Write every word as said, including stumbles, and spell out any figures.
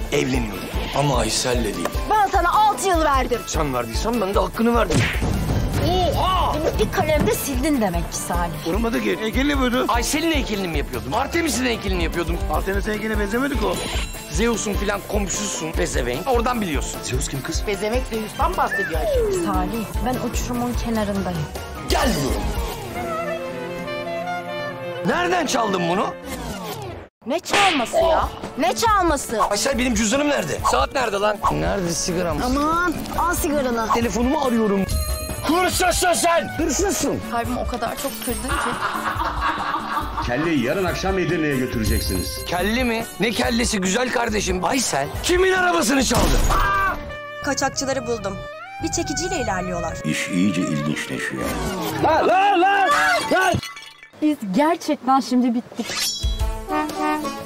evleniyordum. Ama Aysel'le değil. Ben sana altı yıl verdim. Sen verdiysen ben de hakkını verdim. Oha! Bir kalemde sildin demek ki Salih. Olmadı ki. Heykelini yapıyordun. Aysel'in heykelini mi yapıyordum? Artemis'in heykelini yapıyordum. Artemis'in heykeline benzemedik o. Zeus'un filan komşususun. Bezeveyn. Oradan biliyorsun. Zeus kim kız? Bezemek Zeus'tan bahsediyor Ayşe. Salih, ben uçurumun kenarındayım. Gel diyorum. Nereden çaldın bunu? Ne çalması ya? Ne çalması? Aysel benim cüzdanım nerede? Saat nerede lan? Nerede sigaram? Aman, al sigaranı. Telefonumu arıyorum. Hırsızsın sen! Hırsızsın! Kalbimi o kadar çok kırdın ki. Kelleyi yarın akşam Edirne'ye götüreceksiniz. Kelle mi? Ne kellesi güzel kardeşim? Aysel kimin arabasını çaldı? Kaçakçıları buldum. Bir çekiciyle ilerliyorlar. İş iyice ilginçleşiyor. Biz gerçekten şimdi bittik.